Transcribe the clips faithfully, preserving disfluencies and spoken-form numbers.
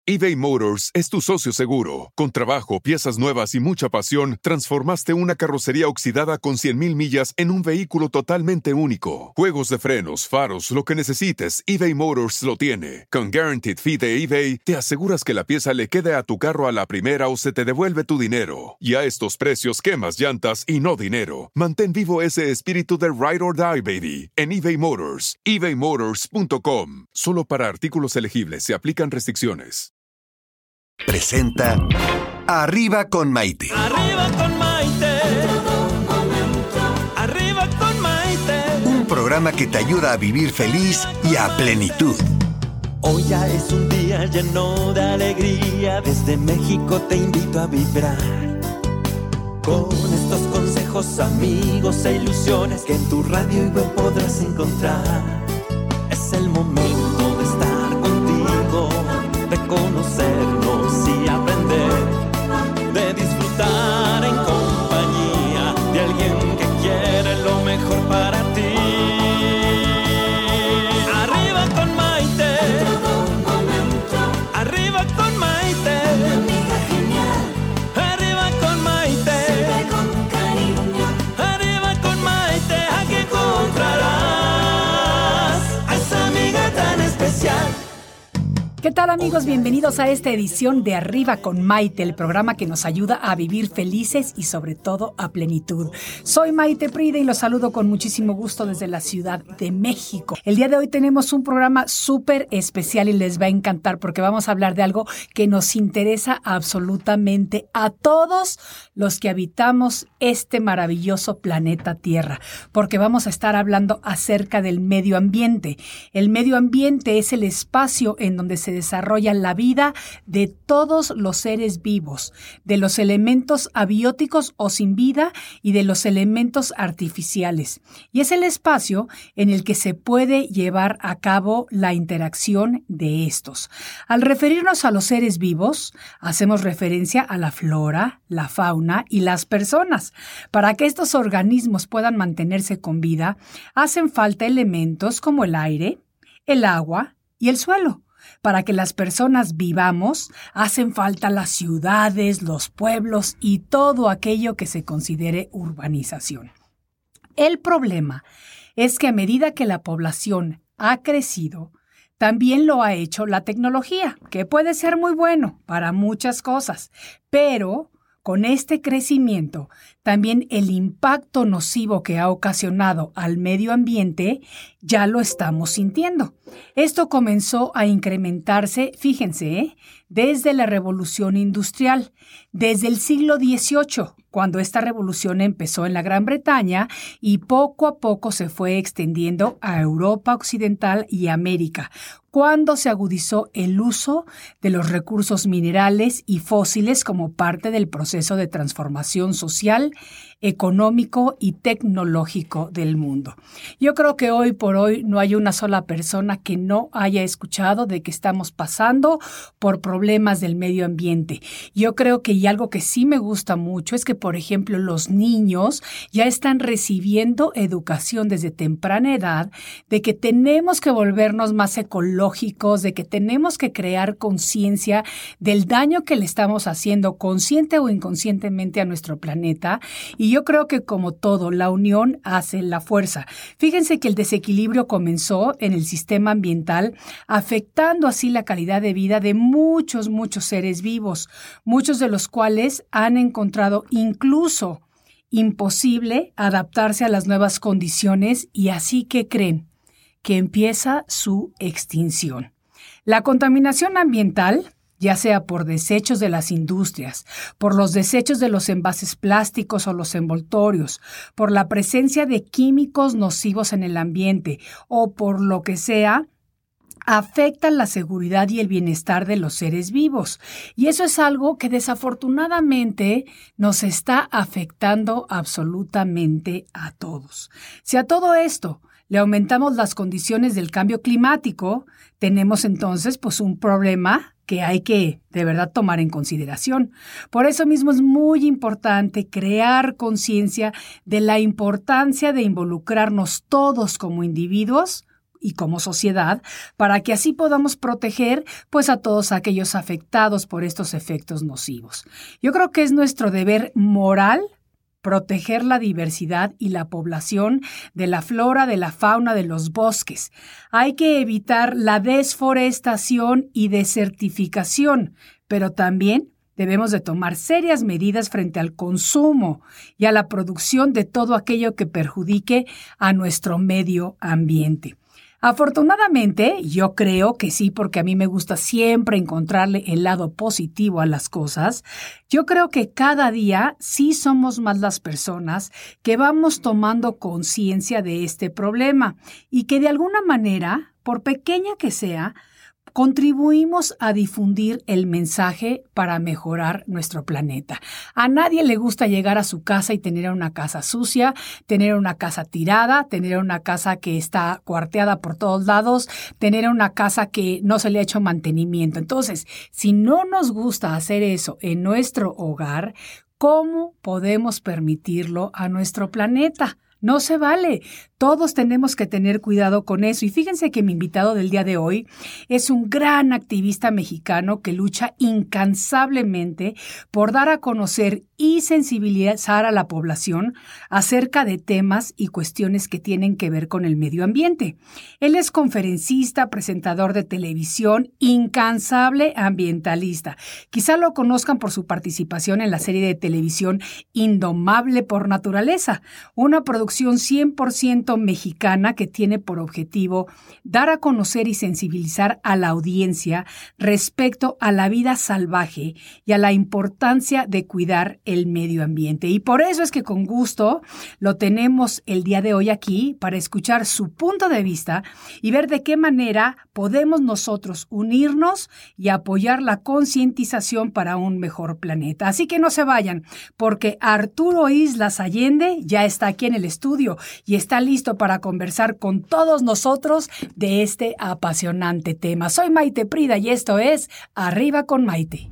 eBay Motors es tu socio seguro. Con trabajo, piezas nuevas y mucha pasión, transformaste una carrocería oxidada con cien mil millas en un vehículo totalmente único. Juegos de frenos, faros, lo que necesites, eBay Motors lo tiene. Con Guaranteed Fee de eBay, te aseguras que la pieza le quede a tu carro a la primera o se te devuelve tu dinero. Y a estos precios, quemas llantas y no dinero. Mantén vivo ese espíritu de Ride or Die, baby, en eBay Motors. ebay motors punto com. Solo para artículos elegibles se aplican restricciones. Presenta Arriba con Maite. Arriba con Maite. Arriba con Maite. Un programa que te ayuda a vivir feliz y a plenitud. Hoy ya es un día lleno de alegría. Desde México te invito a vibrar con estos consejos, amigos e ilusiones que en tu radio y web podrás encontrar. Es el momento de estar contigo, de conocernos y aprender, de disfrutar en compañía de alguien que quiere lo mejor para ti. Arriba con Maite, arriba con Maite, arriba con Maite, arriba con Maite, aquí encontrarás a esa amiga tan especial. ¿Qué tal, amigos? Bienvenidos a esta edición de Arriba con Maite, el programa que nos ayuda a vivir felices y sobre todo a plenitud. Soy Maite Prida y los saludo con muchísimo gusto desde la Ciudad de México. El día de hoy tenemos un programa súper especial y les va a encantar porque vamos a hablar de algo que nos interesa absolutamente a todos los que habitamos este maravilloso planeta Tierra, porque vamos a estar hablando acerca del medio ambiente. El medio ambiente es el espacio en donde se desarrolla la vida de todos los seres vivos, de los elementos abióticos o sin vida y de los elementos artificiales. Y es el espacio en el que se puede llevar a cabo la interacción de estos. Al referirnos a los seres vivos, hacemos referencia a la flora, la fauna y las personas. Para que estos organismos puedan mantenerse con vida, hacen falta elementos como el aire, el agua y el suelo. Para que las personas vivamos, hacen falta las ciudades, los pueblos y todo aquello que se considere urbanización. El problema es que a medida que la población ha crecido, también lo ha hecho la tecnología, que puede ser muy bueno para muchas cosas, pero con este crecimiento, también el impacto nocivo que ha ocasionado al medio ambiente ya lo estamos sintiendo. Esto comenzó a incrementarse, fíjense, ¿eh? desde la Revolución Industrial, desde el siglo dieciocho, cuando esta revolución empezó en la Gran Bretaña y poco a poco se fue extendiendo a Europa Occidental y América, cuando se agudizó el uso de los recursos minerales y fósiles como parte del proceso de transformación social, económico y tecnológico del mundo. Yo creo que hoy por hoy no hay una sola persona que no haya escuchado de que estamos pasando por problemas del medio ambiente. Yo creo que y algo que sí me gusta mucho es que, por ejemplo, los niños ya están recibiendo educación desde temprana edad de que tenemos que volvernos más ecológicos, de que tenemos que crear conciencia del daño que le estamos haciendo consciente o inconscientemente a nuestro planeta. Y yo creo que, como todo, la unión hace la fuerza. Fíjense que el desequilibrio comenzó en el sistema ambiental, afectando así la calidad de vida de muchos, muchos seres vivos, muchos de los cuales han encontrado incluso imposible adaptarse a las nuevas condiciones y así que creen que empieza su extinción. La contaminación ambiental, ya sea por desechos de las industrias, por los desechos de los envases plásticos o los envoltorios, por la presencia de químicos nocivos en el ambiente o por lo que sea, afectan la seguridad y el bienestar de los seres vivos. Y eso es algo que desafortunadamente nos está afectando absolutamente a todos. Si a todo esto le aumentamos las condiciones del cambio climático, tenemos entonces pues un problema que hay que de verdad tomar en consideración. Por eso mismo es muy importante crear conciencia de la importancia de involucrarnos todos como individuos y como sociedad, para que así podamos proteger pues a todos aquellos afectados por estos efectos nocivos. Yo creo que es nuestro deber moral proteger la diversidad y la población de la flora, de la fauna, de los bosques. Hay que evitar la desforestación y desertificación, pero también debemos de tomar serias medidas frente al consumo y a la producción de todo aquello que perjudique a nuestro medio ambiente. Afortunadamente, yo creo que sí, porque a mí me gusta siempre encontrarle el lado positivo a las cosas. Yo creo que cada día sí somos más las personas que vamos tomando conciencia de este problema y que de alguna manera, por pequeña que sea, contribuimos a difundir el mensaje para mejorar nuestro planeta. A nadie le gusta llegar a su casa y tener una casa sucia, tener una casa tirada, tener una casa que está cuarteada por todos lados, tener una casa que no se le ha hecho mantenimiento. Entonces, si no nos gusta hacer eso en nuestro hogar, ¿cómo podemos permitirlo a nuestro planeta? No se vale. Todos tenemos que tener cuidado con eso. Y fíjense que mi invitado del día de hoy es un gran activista mexicano que lucha incansablemente por dar a conocer y sensibilizar a la población acerca de temas y cuestiones que tienen que ver con el medio ambiente. Él es conferencista, presentador de televisión, incansable ambientalista. Quizá lo conozcan por su participación en la serie de televisión Indomable por Naturaleza, una producción cien por ciento mexicana que tiene por objetivo dar a conocer y sensibilizar a la audiencia respecto a la vida salvaje y a la importancia de cuidar el medio ambiente. Y por eso es que con gusto lo tenemos el día de hoy aquí para escuchar su punto de vista y ver de qué manera podemos nosotros unirnos y apoyar la concientización para un mejor planeta. Así que no se vayan, porque Arturo Islas Allende ya está aquí en el estudio y está listo para conversar con todos nosotros de este apasionante tema. Soy Maite Prida y esto es Arriba con Maite.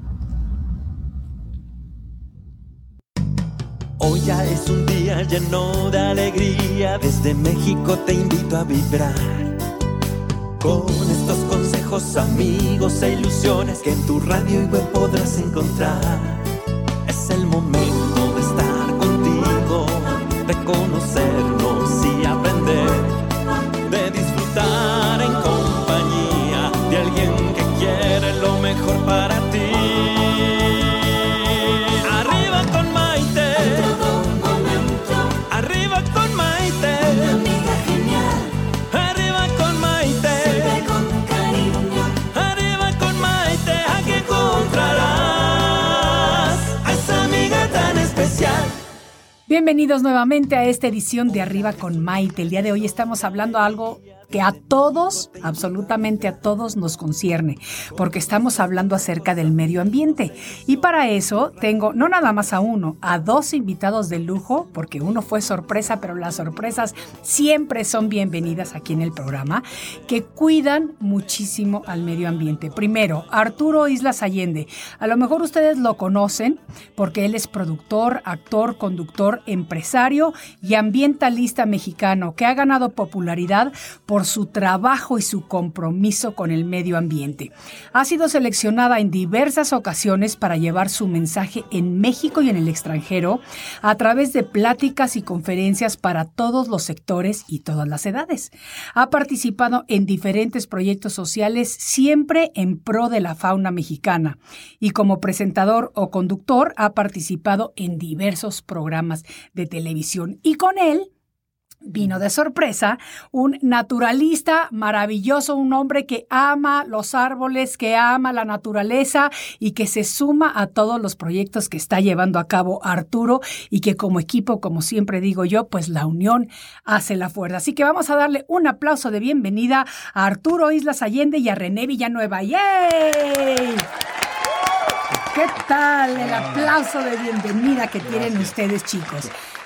Hoy ya es un día lleno de alegría, desde México te invito a vibrar con estos consejos, amigos e ilusiones que en tu radio y web podrás encontrar. Es el momento de estar contigo, de conocernos y aprender, de disfrutar en compañía de alguien que quiere lo mejor para ti. Arriba con Maite, arriba con Maite, una amiga genial. Arriba con Maite, sirve con cariño. Arriba con Maite, aquí encontrarás a esa amiga tan especial. Bienvenidos nuevamente a esta edición de Arriba con Maite. El día de hoy estamos hablando de algo que a todos, absolutamente a todos nos concierne, porque estamos hablando acerca del medio ambiente. Y para eso tengo no nada más a uno, a dos invitados de lujo, porque uno fue sorpresa, pero las sorpresas siempre son bienvenidas aquí en el programa, que cuidan muchísimo al medio ambiente. Primero, Arturo Islas Allende. A lo mejor ustedes lo conocen porque él es productor, actor, conductor, empresario y ambientalista mexicano que ha ganado popularidad por su trabajo y su compromiso con el medio ambiente. Ha sido seleccionada en diversas ocasiones para llevar su mensaje en México y en el extranjero a través de pláticas y conferencias para todos los sectores y todas las edades. Ha participado en diferentes proyectos sociales siempre en pro de la fauna mexicana y como presentador o conductor ha participado en diversos programas de televisión. Y con él vino de sorpresa un naturalista maravilloso, un hombre que ama los árboles, que ama la naturaleza y que se suma a todos los proyectos que está llevando a cabo Arturo y que como equipo, como siempre digo yo, pues la unión hace la fuerza. Así que vamos a darle un aplauso de bienvenida a Arturo Islas Allende y a René Villanueva. ¡Yay! ¿Qué tal el aplauso de bienvenida que tienen ustedes, chicos?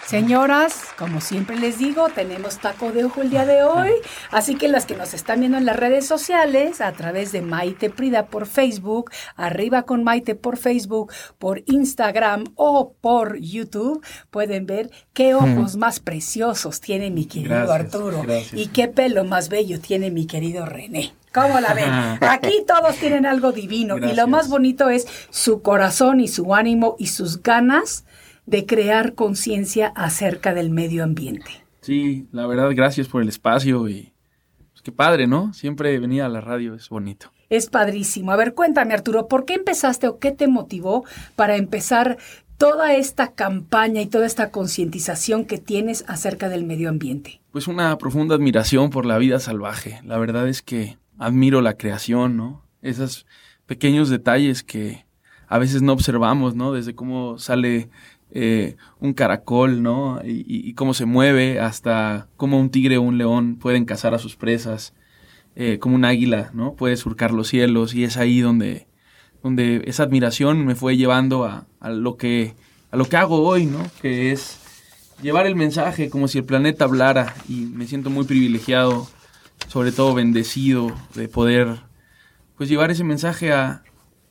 Señoras, como siempre les digo, tenemos taco de ojo el día de hoy, así que las que nos están viendo en las redes sociales, a través de Maite Prida por Facebook, Arriba con Maite por Facebook, por Instagram o por YouTube, pueden ver qué ojos más preciosos tiene mi querido Gracias, Arturo gracias. y qué pelo más bello tiene mi querido René. ¿Cómo la ven? Aquí todos tienen algo divino. Gracias. Y lo más bonito es su corazón y su ánimo y sus ganas de crear conciencia acerca del medio ambiente. Sí, la verdad, gracias por el espacio y pues, qué padre, ¿no? Siempre venir a la radio es bonito. Es padrísimo. A ver, cuéntame, Arturo, ¿por qué empezaste o qué te motivó para empezar toda esta campaña y toda esta concientización que tienes acerca del medio ambiente? Pues una profunda admiración por la vida salvaje. La verdad es que admiro la creación, ¿no? Esos pequeños detalles que a veces no observamos, ¿no? Desde cómo sale eh, un caracol, ¿no? Y, y, y cómo se mueve, hasta cómo un tigre o un león pueden cazar a sus presas, eh, como un águila, ¿no? Puede surcar los cielos, y es ahí donde, donde esa admiración me fue llevando a, a lo que, a lo que hago hoy, ¿no? Que es llevar el mensaje como si el planeta hablara, y me siento muy privilegiado, sobre todo bendecido, de poder pues llevar ese mensaje a,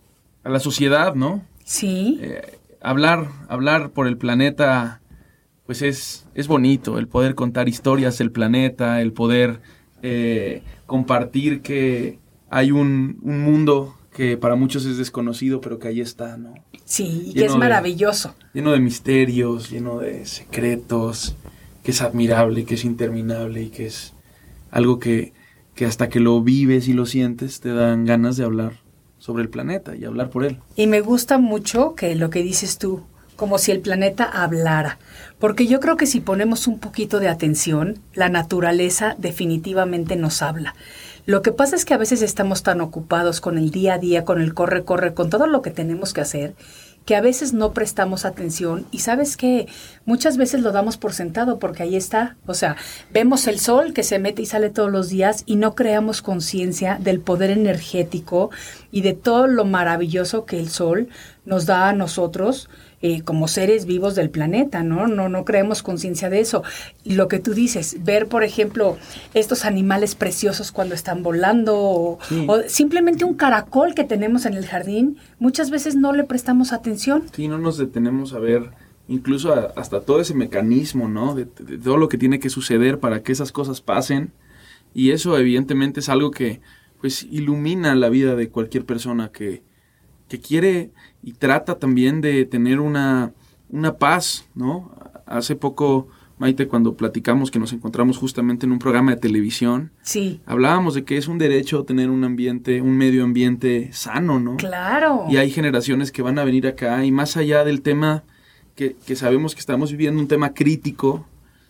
a la sociedad, ¿no? Sí. Eh, hablar, hablar por el planeta, pues es, es bonito, el poder contar historias del planeta, el poder eh, compartir que hay un, un mundo que para muchos es desconocido, pero que ahí está, ¿no? Sí, y que Lleno es maravilloso. De, lleno de misterios, lleno de secretos, que es admirable, que es interminable y que es algo que, que hasta que lo vives y lo sientes te dan ganas de hablar sobre el planeta y hablar por él. Y me gusta mucho que lo que dices tú, como si el planeta hablara, porque yo creo que si ponemos un poquito de atención, la naturaleza definitivamente nos habla. Lo que pasa es que a veces estamos tan ocupados con el día a día, con el corre, corre, con todo lo que tenemos que hacer, que a veces no prestamos atención y ¿sabes qué? Muchas veces lo damos por sentado porque ahí está. O sea, vemos el sol que se mete y sale todos los días y no creamos conciencia del poder energético y de todo lo maravilloso que el sol nos da a nosotros eh, como seres vivos del planeta, ¿no? No, no creemos conciencia de eso. Lo que tú dices, ver, por ejemplo, estos animales preciosos cuando están volando o, Sí. o simplemente un caracol que tenemos en el jardín, muchas veces no le prestamos atención. Sí, no nos detenemos a ver incluso a, hasta todo ese mecanismo, ¿no? De, de, de todo lo que tiene que suceder para que esas cosas pasen. Y eso evidentemente es algo que pues ilumina la vida de cualquier persona que, que quiere y trata también de tener una, una paz, ¿no? Hace poco, Maite, cuando platicamos que nos encontramos justamente en un programa de televisión, Sí, hablábamos de que es un derecho tener un ambiente, un medio ambiente sano, ¿no? claro. Y hay generaciones que van a venir acá y más allá del tema que, que sabemos que estamos viviendo, un tema crítico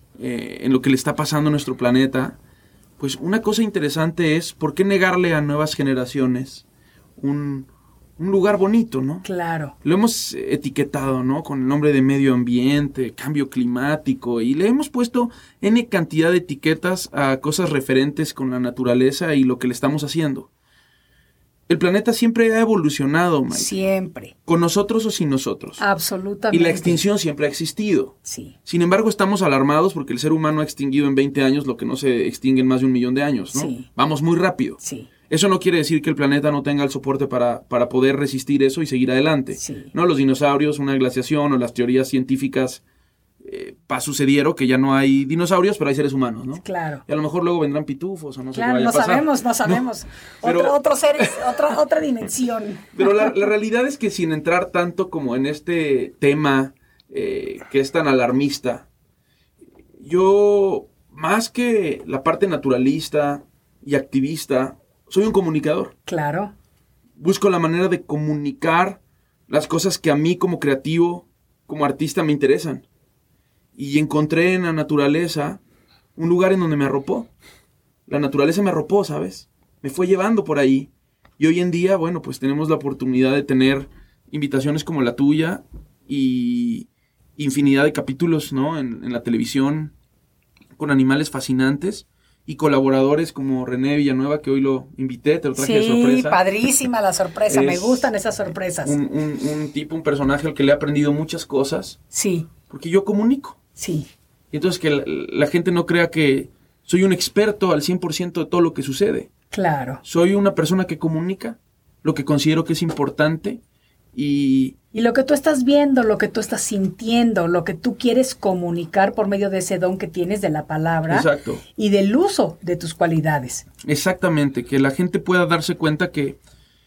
eh, en lo que le está pasando a nuestro planeta, pues una cosa interesante es ¿por qué negarle a nuevas generaciones un, un lugar bonito, ¿no? Claro. Lo hemos etiquetado, ¿no? Con el nombre de medio ambiente, cambio climático, y le hemos puesto N cantidad de etiquetas a cosas referentes con la naturaleza y lo que le estamos haciendo. El planeta siempre ha evolucionado, Mike. Siempre. Con nosotros o sin nosotros. Absolutamente. Y la extinción siempre ha existido. Sí. Sin embargo, estamos alarmados porque el ser humano ha extinguido en veinte años lo que no se extingue en más de un millón de años, ¿no? Sí. Vamos muy rápido. Sí. Eso no quiere decir que el planeta no tenga el soporte para, para poder resistir eso y seguir adelante. Sí. No, los dinosaurios, una glaciación o las teorías científicas eh, pa, sucedieron que ya no hay dinosaurios, pero hay seres humanos, ¿no? Claro. Y a lo mejor luego vendrán pitufos o no sé Claro, qué vaya no a pasar. sabemos, no sabemos. No, pero- Otro, otros seres, otra, otra dimensión. Pero la, la realidad es que sin entrar tanto como en este tema eh, que es tan alarmista, yo, más que la parte naturalista y activista, soy un comunicador. Claro. Busco la manera de comunicar las cosas que a mí como creativo, como artista me interesan. Y encontré en la naturaleza un lugar en donde me arropó. La naturaleza me arropó, ¿sabes? Me fue llevando por ahí. Y hoy en día, bueno, pues tenemos la oportunidad de tener invitaciones como la tuya y infinidad de capítulos, ¿no? En, en la televisión con animales fascinantes y colaboradores como René Villanueva, que hoy lo invité, te lo traje de Sí, sorpresa. padrísima la sorpresa. Me Es gustan esas sorpresas. Un, un, un tipo, un personaje al que le he aprendido muchas cosas, Sí, porque yo comunico. Sí. Y entonces que la, la gente no crea que soy un experto al cien por ciento de todo lo que sucede. Claro. Soy una persona que comunica lo que considero que es importante y... Y lo que tú estás viendo, lo que tú estás sintiendo, lo que tú quieres comunicar por medio de ese don que tienes de la palabra. Exacto. Y del uso de tus cualidades. Exactamente, que la gente pueda darse cuenta que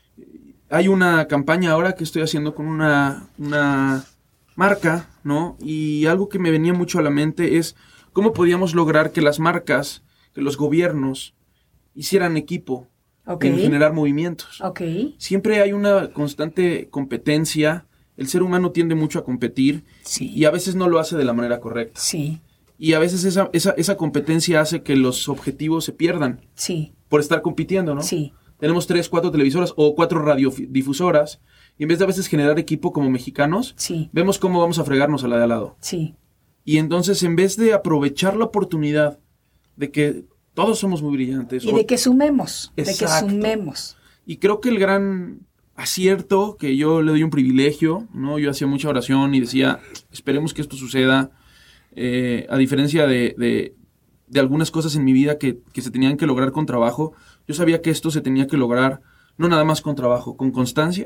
hay una campaña ahora que estoy haciendo con una, una marca, ¿no? Y algo que me venía mucho a la mente es cómo podíamos lograr que las marcas, que los gobiernos hicieran equipo Okay. en generar movimientos. Okay. Siempre hay una constante competencia. El ser humano tiende mucho a competir Sí. y a veces no lo hace de la manera correcta. Sí. Y a veces esa, esa, esa competencia hace que los objetivos se pierdan Sí. por estar compitiendo, ¿no? Sí. Tenemos tres, cuatro televisoras o cuatro radiodifusoras y en vez de a veces generar equipo como mexicanos, Sí. vemos cómo vamos a fregarnos a la de al lado. Sí. Y entonces en vez de aprovechar la oportunidad de que todos somos muy brillantes. Y o, de que sumemos. Exacto. De que sumemos. Y creo que el gran acierto, que yo le doy un privilegio, ¿no? Yo hacía mucha oración y decía, esperemos que esto suceda, eh, a diferencia de, de, de algunas cosas en mi vida que, que se tenían que lograr con trabajo, yo sabía que esto se tenía que lograr no nada más con trabajo, con constancia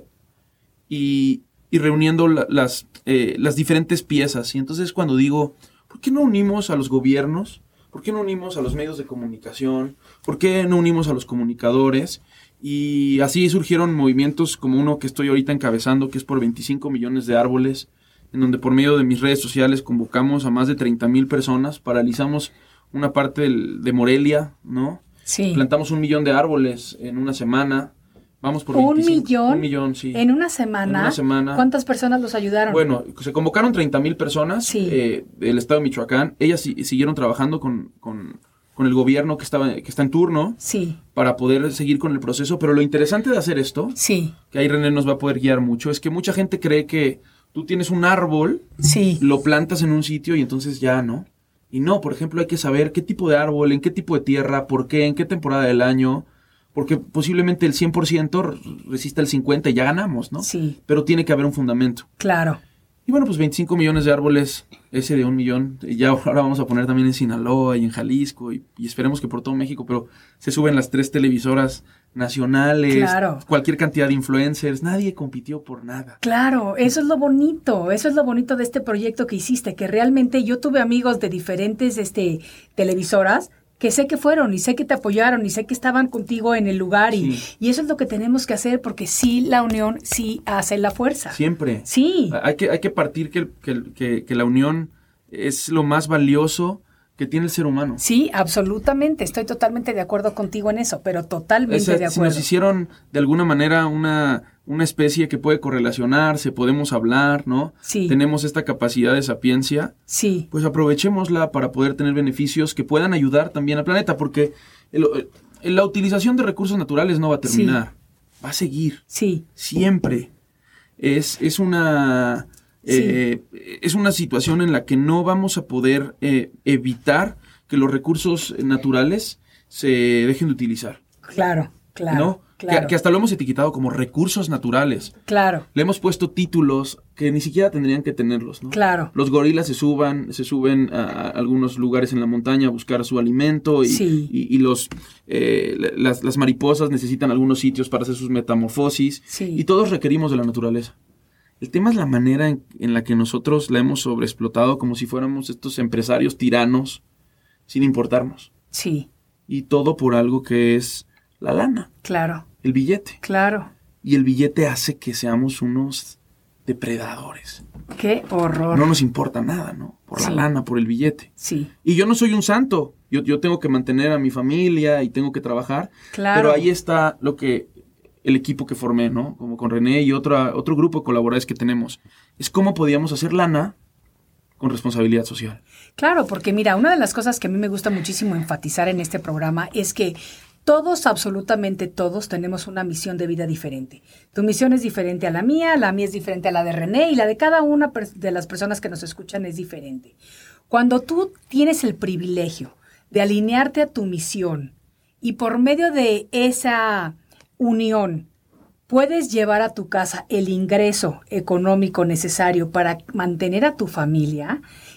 y, y reuniendo la, las, eh, las diferentes piezas. Y entonces cuando digo, ¿por qué no unimos a los gobiernos? ¿Por qué no unimos a los medios de comunicación? ¿Por qué no unimos a los comunicadores? Y así surgieron movimientos como uno que estoy ahorita encabezando, que es por veinticinco millones de árboles, en donde por medio de mis redes sociales convocamos a más de treinta mil personas, paralizamos una parte del, de Morelia, ¿no? Sí. Plantamos un millón de árboles en una semana. Vamos por ¿Un veinticinco, millón? Un millón, sí. ¿En una semana? En una semana. ¿Cuántas personas los ayudaron? Bueno, se convocaron treinta mil personas Sí. eh, del estado de Michoacán. Ellas si, siguieron trabajando con, con, con el gobierno que, estaba, que está en turno Sí. para poder seguir con el proceso. Pero lo interesante de hacer esto, Sí. que ahí René nos va a poder guiar mucho, es que mucha gente cree que tú tienes un árbol, Sí. lo plantas en un sitio y entonces ya, ¿no? Y no, por ejemplo, hay que saber qué tipo de árbol, en qué tipo de tierra, por qué, en qué temporada del año, porque posiblemente el cien por ciento resista el cincuenta por ciento y ya ganamos, ¿no? Sí. Pero tiene que haber un fundamento. Claro. Y bueno, pues veinticinco millones de árboles, ese de un millón, y ya ahora vamos a poner también en Sinaloa y en Jalisco, y, y esperemos que por todo México, pero se suben las tres televisoras nacionales, Claro. cualquier cantidad de influencers, nadie compitió por nada. Claro, eso es lo bonito, eso es lo bonito de este proyecto que hiciste, que realmente yo tuve amigos de diferentes este, televisoras que sé que fueron y sé que te apoyaron y sé que estaban contigo en el lugar y, Sí. y eso es lo que tenemos que hacer porque sí, la unión sí hace la fuerza. Siempre. Sí, Hay que, hay que partir que, el- que, el- que, que la unión es lo más valioso que tiene el ser humano. sí, absolutamente, estoy totalmente de acuerdo contigo en eso, pero totalmente Ese- de si acuerdo. nos hicieron de alguna manera una, una especie que puede correlacionarse, podemos hablar, ¿no? Sí. Tenemos esta capacidad de sapiencia, Sí, pues aprovechémosla para poder tener beneficios que puedan ayudar también al planeta, porque el- el- la utilización de recursos naturales no va a terminar, va a seguir, sí, siempre. Es, es una... eh, es una situación en la que no vamos a poder eh, evitar que los recursos naturales se dejen de utilizar, claro, claro, ¿no? claro, Que, que hasta lo hemos etiquetado como recursos naturales. claro, Le hemos puesto títulos que ni siquiera tendrían que tenerlos, ¿no? claro. Los gorilas se suban, se suben a, a algunos lugares en la montaña a buscar su alimento y, Sí. y, y los eh, las, las mariposas necesitan algunos sitios para hacer sus metamorfosis Sí. y todos requerimos de la naturaleza. El tema es la manera en, en la que nosotros la hemos sobreexplotado como si fuéramos estos empresarios tiranos sin importarnos. Sí, Y todo por algo que es la lana, claro, el billete. claro. Y el billete hace que seamos unos depredadores. Qué horror. No nos importa nada, ¿no? Por la Sí. lana, por el billete. Sí, Y yo no soy un santo. Yo, yo tengo que mantener a mi familia y tengo que trabajar. claro. Pero ahí está lo que el equipo que formé, ¿no? Como con René y otra, otro grupo de colaboradores que tenemos. Es cómo podíamos hacer lana con responsabilidad social. Claro, porque mira, una de las cosas que a mí me gusta muchísimo enfatizar en este programa es que todos, absolutamente todos, tenemos una misión de vida diferente. Tu misión es diferente a la mía, la mía es diferente a la de René y la de cada una per- de las personas que nos escuchan es diferente. Cuando tú tienes el privilegio de alinearte a tu misión y por medio de esa unión puedes llevar a tu casa el ingreso económico necesario para mantener a tu familia,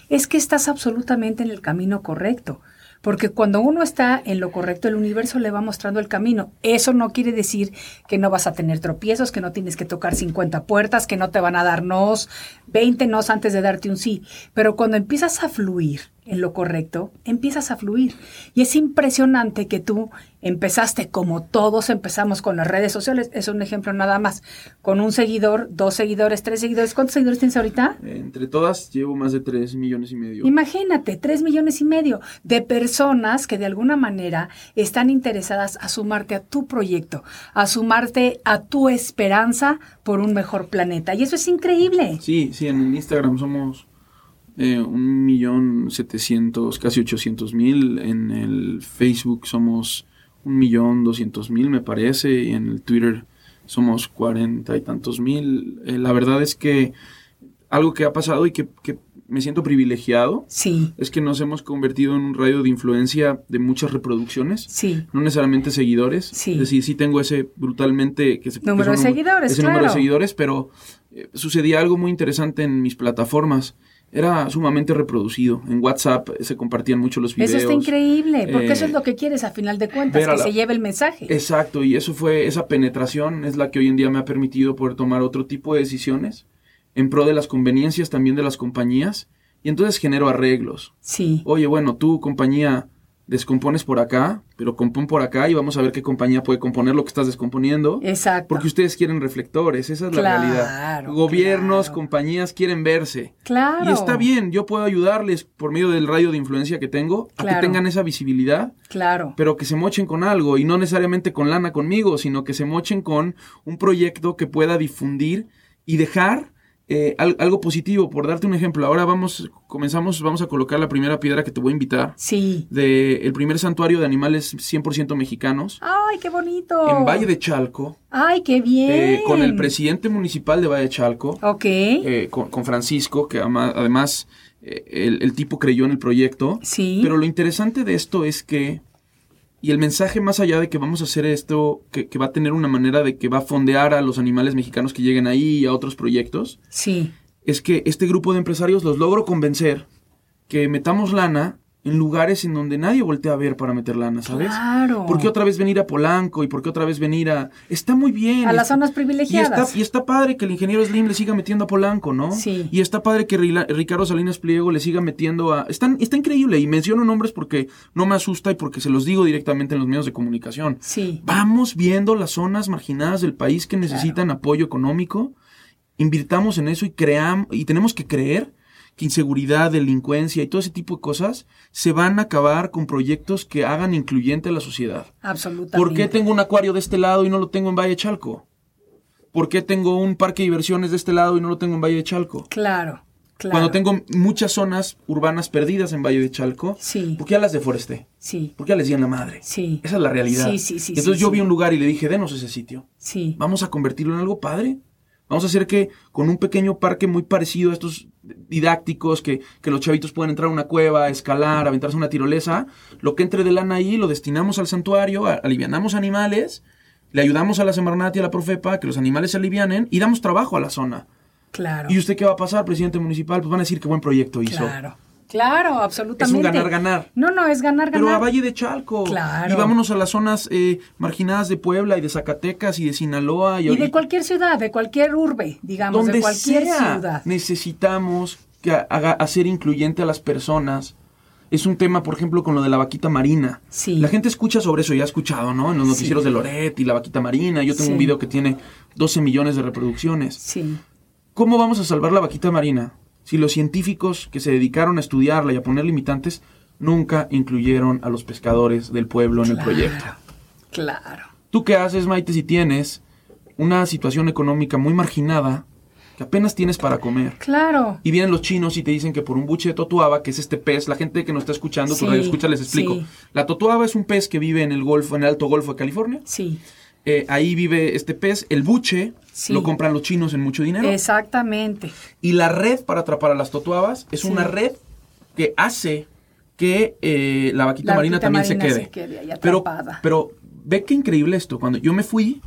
es que estás absolutamente en el camino correcto. Porque cuando uno está en lo correcto, el universo le va mostrando el camino. Eso no quiere decir que no vas a tener tropiezos, que no tienes que tocar cincuenta puertas, que no te van a dar nos, veinte nos antes de darte un sí. Pero cuando empiezas a fluir en lo correcto, empiezas a fluir. Y es impresionante que tú empezaste como todos empezamos con las redes sociales. Es un ejemplo nada más. Con un seguidor, dos seguidores, tres seguidores. ¿Cuántos seguidores tienes ahorita? Entre todas llevo más de tres millones y medio. Imagínate, tres millones y medio de personas que de alguna manera están interesadas a sumarte a tu proyecto, a sumarte a tu esperanza por un mejor planeta. Y eso es increíble. Sí, sí, en el Instagram somos eh, un millón setecientos, casi ochocientos mil. En el Facebook somos un millón doscientos mil, me parece. Y en el Twitter somos cuarenta y tantos mil. Eh, la verdad es que algo que ha pasado y que, que me siento privilegiado, sí, es que nos hemos convertido en un radio de influencia de muchas reproducciones, sí, no necesariamente seguidores, sí, es decir, sí tengo ese brutalmente que se, número que de son, seguidores, ese claro. número de seguidores, pero eh, sucedía algo muy interesante en mis plataformas. Era sumamente reproducido. En WhatsApp se compartían mucho los videos. Eso está increíble, porque eh, eso es lo que quieres a final de cuentas, que la, se lleve el mensaje. Exacto, y eso fue, esa penetración es la que hoy en día me ha permitido poder tomar otro tipo de decisiones en pro de las conveniencias también de las compañías, y entonces genero arreglos. Sí. Oye, bueno, tú, compañía, descompones por acá, pero compón por acá y vamos a ver qué compañía puede componer lo que estás descomponiendo. Exacto. Porque ustedes quieren reflectores, esa es claro, la realidad. Gobiernos, claro. compañías quieren verse. Claro. Y está bien, yo puedo ayudarles por medio del radio de influencia que tengo a claro. que tengan esa visibilidad. Claro. Pero que se mochen con algo y no necesariamente con lana conmigo, sino que se mochen con un proyecto que pueda difundir y dejar Eh, algo positivo. Por darte un ejemplo, ahora vamos, comenzamos, vamos a colocar la primera piedra que te voy a invitar. Sí. De el primer santuario de animales cien por ciento mexicanos. ¡Ay, qué bonito! En Valle de Chalco. ¡Ay, qué bien! Eh, con el presidente municipal de Valle de Chalco. Ok. Eh, con, con Francisco, que ama, además eh, el, el tipo creyó en el proyecto. Sí. Pero lo interesante de esto es que, y el mensaje más allá de que vamos a hacer esto, que, que va a tener una manera de que va a fondear a los animales mexicanos que lleguen ahí y a otros proyectos, sí, es que este grupo de empresarios los logro convencer que metamos lana en lugares en donde nadie voltea a ver para meter lana, ¿sabes? Claro. ¿Por qué otra vez venir a Polanco? ¿Y por qué otra vez venir a...? Está muy bien. A las está, zonas y privilegiadas. está, y está padre que el ingeniero Slim le siga metiendo a Polanco, ¿no? Sí. Y está padre que Rila, Ricardo Salinas Pliego le siga metiendo a... Están, está increíble, y menciono nombres porque no me asusta y porque se los digo directamente en los medios de comunicación. Sí. Vamos viendo las zonas marginadas del país que necesitan claro. apoyo económico, invirtamos en eso y creamos, y tenemos que creer que inseguridad, delincuencia y todo ese tipo de cosas se van a acabar con proyectos que hagan incluyente a la sociedad. Absolutamente. ¿Por qué tengo un acuario de este lado y no lo tengo en Valle de Chalco? ¿Por qué tengo un parque de diversiones de este lado y no lo tengo en Valle de Chalco? Claro, claro. Cuando tengo muchas zonas urbanas perdidas en Valle de Chalco, sí. ¿por qué ya las deforesté? Sí. ¿Por qué ya les di en la madre? Sí. Esa es la realidad. Sí, sí, sí. Entonces sí, yo sí. vi un lugar y le dije, denos ese sitio. Sí. Vamos a convertirlo en algo padre. Vamos a hacer que con un pequeño parque muy parecido a estos didácticos, que, que los chavitos puedan entrar a una cueva, escalar, aventarse una tirolesa, lo que entre de lana ahí lo destinamos al santuario, a, alivianamos animales, le ayudamos a la Semarnat y a la Profepa a que los animales se alivianen y damos trabajo a la zona. Claro. ¿Y usted qué va a pasar, presidente municipal? Pues van a decir qué buen proyecto hizo. Claro. Claro, absolutamente. Es un ganar-ganar. No, no, es ganar-ganar. Pero a Valle de Chalco. Claro. Y vámonos a las zonas eh, marginadas de Puebla y de Zacatecas y de Sinaloa. Y, y de cualquier ciudad, de cualquier urbe, digamos, donde de cualquier sea, ciudad. Necesitamos que haga, hacer incluyente a las personas. Es un tema, por ejemplo, con lo de la vaquita marina. Sí. La gente escucha sobre eso, ya ha escuchado, ¿no? En los noticieros sí. de Loret y la vaquita marina. Yo tengo sí. un video que tiene doce millones de reproducciones. Sí. ¿Cómo vamos a salvar la vaquita marina si los científicos que se dedicaron a estudiarla y a poner limitantes nunca incluyeron a los pescadores del pueblo en claro, el proyecto? Claro. ¿Tú qué haces, Maite, si tienes una situación económica muy marginada que apenas tienes para comer? Claro. Y vienen los chinos y te dicen que por un buche de totuaba, que es este pez, la gente que nos está escuchando, sí, tu radio escucha, les explico. Sí. La totuaba es un pez que vive en el Golfo, en el Alto Golfo de California. Sí. Eh, ahí vive este pez. El buche sí. lo compran los chinos en mucho dinero. Exactamente. Y la red para atrapar a las totuabas es sí. una red que hace que eh, la vaquita la marina vaquita también marina se quede. Se quede ahí pero, atrapada. pero ve qué increíble esto. Cuando yo me fui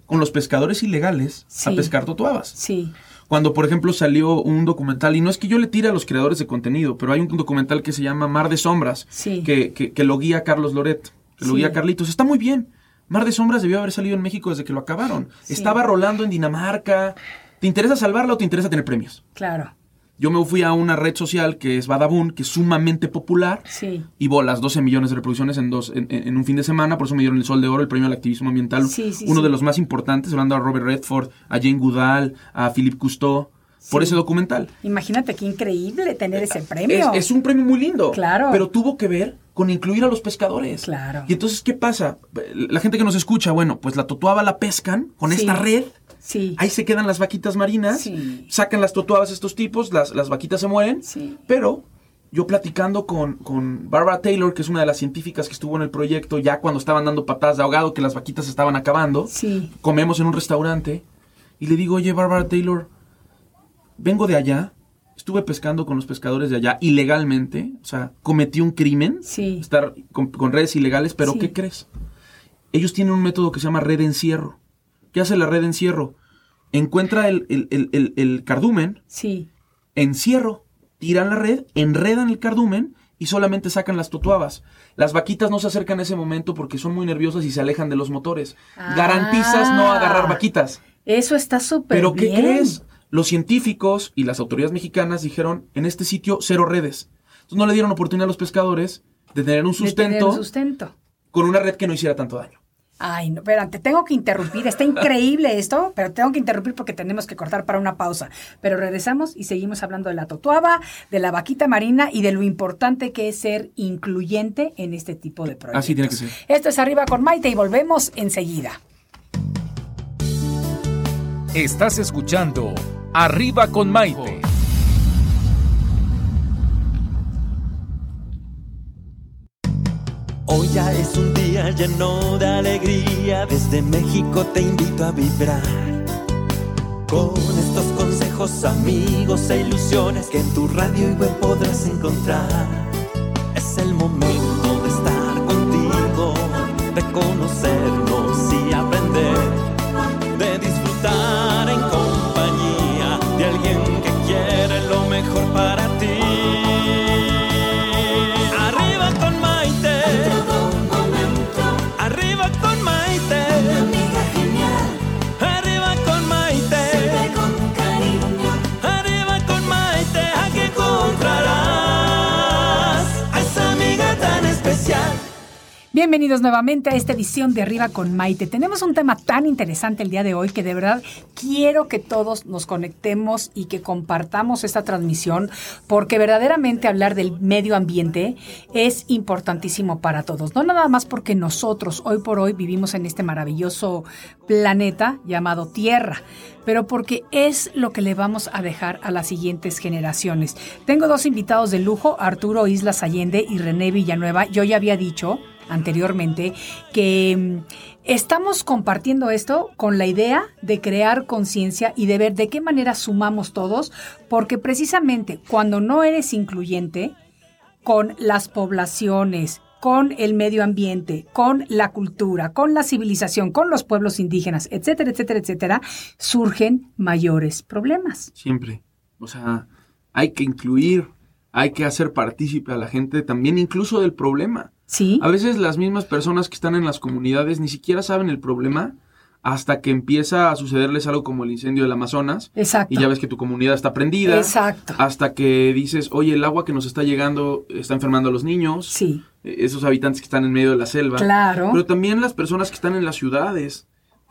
con los pescadores ilegales sí. a pescar totoabas. Sí. Cuando, por ejemplo, salió un documental, y no es que yo le tire a los creadores de contenido, pero hay un documental que se llama Mar de Sombras, sí. que, que, que lo guía Carlos Loret, que lo sí. guía Carlitos. Está muy bien. Mar de Sombras debió haber salido en México desde que lo acabaron. Sí. Estaba rolando en Dinamarca. ¿Te interesa salvarla o te interesa tener premios? Claro. Yo me fui a una red social que es Badabun, que es sumamente popular. Sí. Y bolas, doce millones de reproducciones en, dos, en, en un fin de semana. Por eso me dieron el Sol de Oro, el premio al activismo ambiental. Sí, sí, uno sí. de los más importantes, hablando a Robert Redford, a Jane Goodall, a Philippe Cousteau, sí. por ese documental. Imagínate qué increíble tener ese premio. Es, es un premio muy lindo. Claro. Pero tuvo que ver con incluir a los pescadores. Claro. Y entonces, ¿qué pasa? La gente que nos escucha, bueno, pues la totoaba la pescan con sí. esta red. Sí. Ahí se quedan las vaquitas marinas, sí. sacan las totoabas estos tipos, las, las vaquitas se mueren, sí. pero yo platicando con, con Barbara Taylor, que es una de las científicas que estuvo en el proyecto, ya cuando estaban dando patadas de ahogado, que las vaquitas estaban acabando, sí. comemos en un restaurante, y le digo, oye, Barbara Taylor, vengo de allá, estuve pescando con los pescadores de allá ilegalmente, o sea, cometí un crimen, sí. estar con, con redes ilegales, pero sí. ¿qué crees? Ellos tienen un método que se llama red de encierro. ¿Qué hace la red de encierro? Encuentra el, el, el, el, el cardumen, sí. encierro, tiran la red, enredan el cardumen y solamente sacan las totoabas. Las vaquitas no se acercan en ese momento porque son muy nerviosas y se alejan de los motores. Ah, Garantizas no agarrar vaquitas. Eso está súper bien. ¿Pero qué crees? Los científicos y las autoridades mexicanas dijeron, en este sitio, cero redes. Entonces no le dieron oportunidad a los pescadores de tener un sustento, de tener un sustento. con una red que no hiciera tanto daño. Ay, no, espérate, tengo que interrumpir. Está increíble esto, pero tengo que interrumpir porque tenemos que cortar para una pausa. Pero regresamos y seguimos hablando de la totoaba, de la vaquita marina y de lo importante que es ser incluyente en este tipo de proyectos. Así tiene que ser. Esto es Arriba con Maite y volvemos enseguida. Estás escuchando Arriba con Maite. Hoy ya es un día lleno de alegría, desde México te invito a vibrar. Con estos consejos, amigos e ilusiones que en tu radio y web podrás encontrar. Es el momento de estar contigo, de conocernos y aprender, de disfrutar en compañía de alguien que quiere lo mejor para ti. Bienvenidos nuevamente a esta edición de Arriba con Maite. Tenemos un tema tan interesante el día de hoy que de verdad quiero que todos nos conectemos y que compartamos esta transmisión, porque verdaderamente hablar del medio ambiente es importantísimo para todos. No nada más porque nosotros hoy por hoy vivimos en este maravilloso planeta llamado Tierra, pero porque es lo que le vamos a dejar a las siguientes generaciones. Tengo dos invitados de lujo, Arturo Islas Allende y René Villanueva. Yo ya había dicho anteriormente que estamos compartiendo esto con la idea de crear conciencia y de ver de qué manera sumamos todos, porque precisamente cuando no eres incluyente con las poblaciones, con el medio ambiente, con la cultura, con la civilización, con los pueblos indígenas, etcétera, etcétera, etcétera, surgen mayores problemas. Siempre. O sea, hay que incluir, hay que hacer partícipe a la gente también, incluso del problema. Sí. A veces las mismas personas que están en las comunidades ni siquiera saben el problema hasta que empieza a sucederles algo como el incendio del Amazonas. Exacto. Y ya ves que tu comunidad está prendida. Exacto. Hasta que dices, oye, el agua que nos está llegando está enfermando a los niños. Sí. Esos habitantes que están en medio de la selva. Claro. Pero también las personas que están en las ciudades,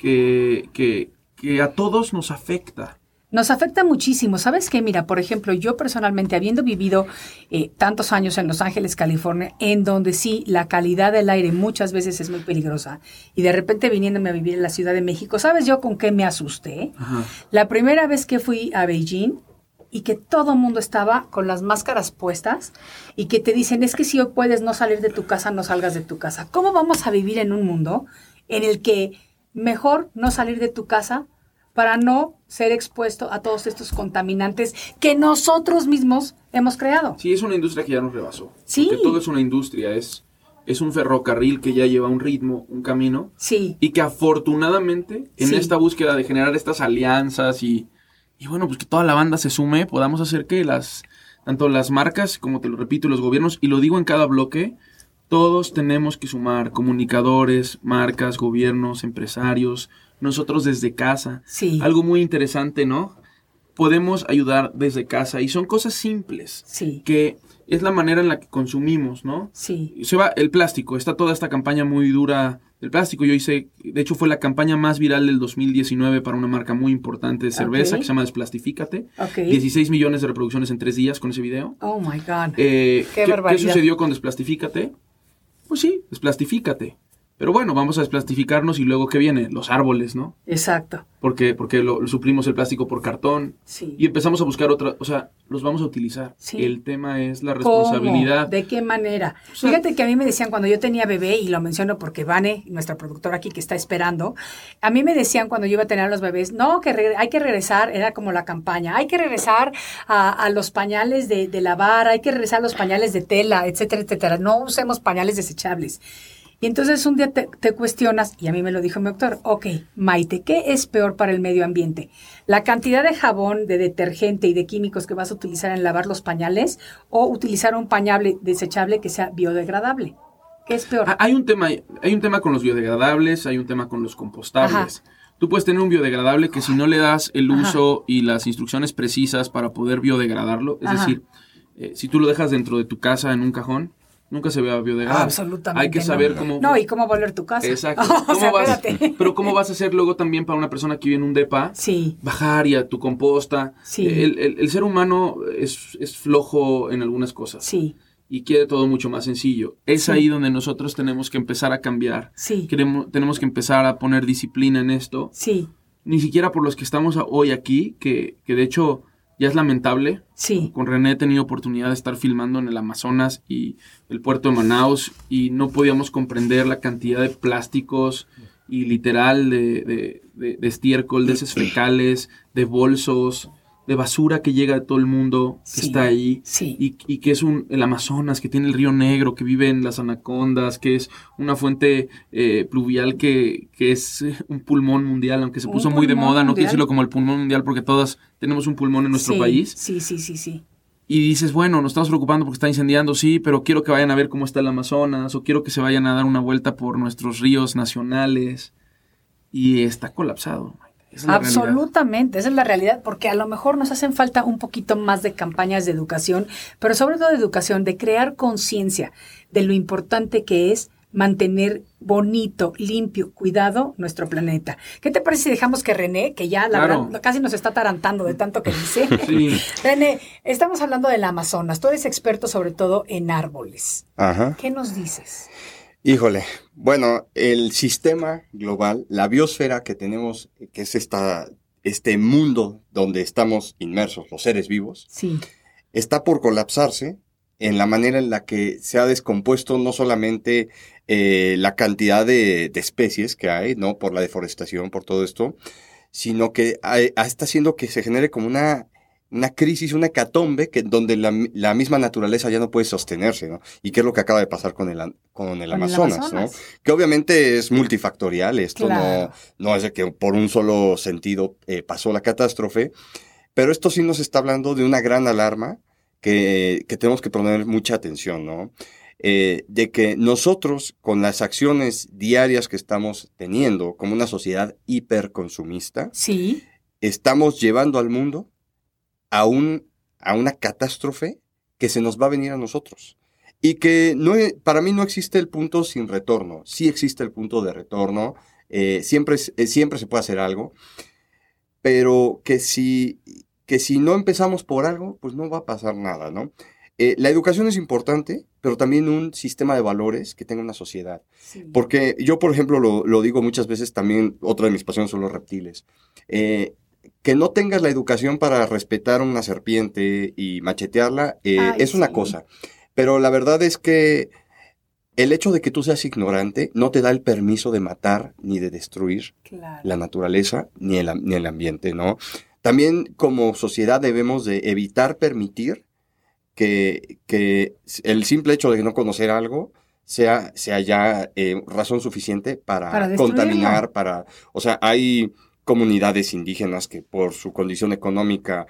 que, que, que a todos nos afecta. Nos afecta muchísimo. ¿Sabes qué? Mira, por ejemplo, yo personalmente, habiendo vivido eh, tantos años en Los Ángeles, California, en donde sí, la calidad del aire muchas veces es muy peligrosa, y de repente viniéndome a vivir en la Ciudad de México, ¿sabes yo con qué me asusté? Ajá. La primera vez que fui a Beijing y que todo el mundo estaba con las máscaras puestas y que te dicen, es que si hoy puedes no salir de tu casa, no salgas de tu casa. ¿Cómo vamos a vivir en un mundo en el que mejor no salir de tu casa para no ser expuesto a todos estos contaminantes que nosotros mismos hemos creado? Sí, es una industria que ya nos rebasó. Sí. Porque todo es una industria, es es un ferrocarril que ya lleva un ritmo, un camino. Sí. Y que afortunadamente, en Sí. esta búsqueda de generar estas alianzas y, y bueno, pues que toda la banda se sume, podamos hacer que las, tanto las marcas, como te lo repito, los gobiernos, y lo digo en cada bloque, todos tenemos que sumar, comunicadores, marcas, gobiernos, empresarios, nosotros desde casa. Sí. Algo muy interesante, ¿no? Podemos ayudar desde casa y son cosas simples. Sí. Que es la manera en la que consumimos, ¿no? Sí. Se va el plástico, está toda esta campaña muy dura del plástico. Yo hice, de hecho fue la campaña más viral del dos mil diecinueve para una marca muy importante de cerveza, Ok. que se llama Desplastifícate. Ok. dieciséis millones de reproducciones en tres días con ese video. Oh, my God. Eh, Qué ¿qué, barbaridad. ¿Qué sucedió con Desplastifícate? Pues sí, Desplastifícate. Pero bueno, vamos a desplastificarnos y luego ¿qué viene? Los árboles, ¿no? Exacto. Porque, porque lo, lo suplimos el plástico por cartón. Sí. Y empezamos a buscar otra, o sea, los vamos a utilizar. Sí. El tema es la responsabilidad. ¿Cómo? ¿De qué manera? O sea, Fíjate que a mí me decían cuando yo tenía bebé, y lo menciono porque Vane, nuestra productora aquí que está esperando, a mí me decían cuando yo iba a tener a los bebés, no, que re- hay que regresar, era como la campaña, hay que regresar a, a los pañales de, de lavar, hay que regresar a los pañales de tela, etcétera, etcétera. No usemos pañales desechables. Y entonces un día te, te cuestionas, y a mí me lo dijo mi doctor, ok, Maite, ¿qué es peor para el medio ambiente? ¿La cantidad de jabón, de detergente y de químicos que vas a utilizar en lavar los pañales o utilizar un pañal desechable que sea biodegradable? ¿Qué es peor? Ah, Hay un tema, hay un tema con los biodegradables, hay un tema con los compostables. Ajá. Tú puedes tener un biodegradable que si no le das el Ajá. uso y las instrucciones precisas para poder biodegradarlo, es Ajá. decir, eh, si tú lo dejas dentro de tu casa en un cajón, nunca se va a biodegradar. Absolutamente. Hay que saber no. cómo... No, y cómo volver tu casa. Exacto. o ¿Cómo sea, vas- espérate. pero ¿cómo vas a hacer luego también para una persona que vive en un depa? Sí. Bajar y a tu composta. Sí. El, el- el ser humano es, es flojo en algunas cosas. Sí. Y quiere todo mucho más sencillo. Es Sí. ahí donde nosotros tenemos que empezar a cambiar. Sí. Queremos, tenemos que empezar a poner disciplina en esto. Sí. Ni siquiera por los que estamos a- hoy aquí, que, que de hecho ya es lamentable. Sí. Con René he tenido oportunidad de estar filmando en el Amazonas y el puerto de Manaus y no podíamos comprender la cantidad de plásticos y literal de, de, de, de estiércol, de heces fecales, de bolsos, de basura que llega de todo el mundo, que Sí, está ahí, sí. y, y que es un, el Amazonas, que tiene el río Negro, que vive en las anacondas, que es una fuente eh, pluvial que, que es eh, un pulmón mundial, aunque se Un puso muy de pulmón moda, no mundial. quiero decirlo como el pulmón mundial, porque todas tenemos un pulmón en nuestro Sí, país. Sí, sí, sí, sí. Y dices, bueno, nos estamos preocupando porque está incendiando, sí, pero quiero que vayan a ver cómo está el Amazonas, o quiero que se vayan a dar una vuelta por nuestros ríos nacionales. Y está colapsado. Esa es la realidad. Absolutamente, esa es la realidad, porque a lo mejor nos hacen falta un poquito más de campañas de educación, pero sobre todo de educación, de crear conciencia de lo importante que es mantener bonito, limpio, cuidado nuestro planeta. ¿Qué te parece si dejamos que René, que ya la Claro. verdad casi nos está tarantando de tanto que dice? Sí. René, estamos hablando del Amazonas, tú eres experto sobre todo en árboles. Ajá. ¿Qué nos dices? Híjole, bueno, el sistema global, la biosfera que tenemos, que es esta, este mundo donde estamos inmersos los seres vivos, Sí, está por colapsarse en la manera en la que se ha descompuesto no solamente eh, la cantidad de, de especies que hay, ¿no? Por la deforestación, por todo esto, sino que hay- está haciendo que se genere como una, una crisis, una hecatombe, que, donde la, la misma naturaleza ya no puede sostenerse, ¿no? Y qué es lo que acaba de pasar con el, an- con el Con el Amazonas, Amazonas. ¿no? Que obviamente es multifactorial, esto Claro. no, no es de que por un solo sentido eh, pasó la catástrofe, pero esto sí nos está hablando de una gran alarma que, que tenemos que poner mucha atención, ¿no? Eh, de que nosotros, con las acciones diarias que estamos teniendo como una sociedad hiperconsumista, sí, estamos llevando al mundo a, un, a una catástrofe que se nos va a venir a nosotros. Y que no, e- para mí no existe el punto sin retorno. Sí existe el punto de retorno. eh, siempre, es- eh, siempre se puede hacer algo. Pero que si, que si no empezamos por algo, pues no va a pasar nada, ¿no? Eh, la educación es importante, pero también un sistema de valores que tenga una sociedad. sí. Porque yo, por ejemplo, lo, lo digo muchas veces también, otra de mis pasiones son los reptiles. Eh, que no tengas la educación para respetar una serpiente y machetearla eh, Ay, es una sí. cosa. Pero la verdad es que el hecho de que tú seas ignorante no te da el permiso de matar ni de destruir Claro. la naturaleza ni el, am- ni el ambiente, ¿no? También como sociedad debemos de evitar permitir que, que el simple hecho de no conocer algo sea, sea ya eh, razón suficiente para, Para contaminar, para, o sea, hay comunidades indígenas que por su condición económica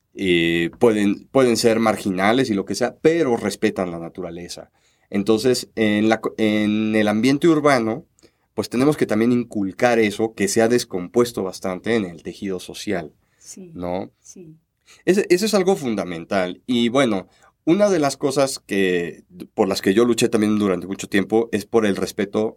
eh, pueden, pueden ser marginales y lo que sea, pero respetan la naturaleza. Entonces, en, la, en el ambiente urbano, pues tenemos que también inculcar eso que se ha descompuesto bastante en el tejido social, Sí, ¿no? sí. Ese, eso es algo fundamental. Y bueno, una de las cosas que, por las que yo luché también durante mucho tiempo es por el respeto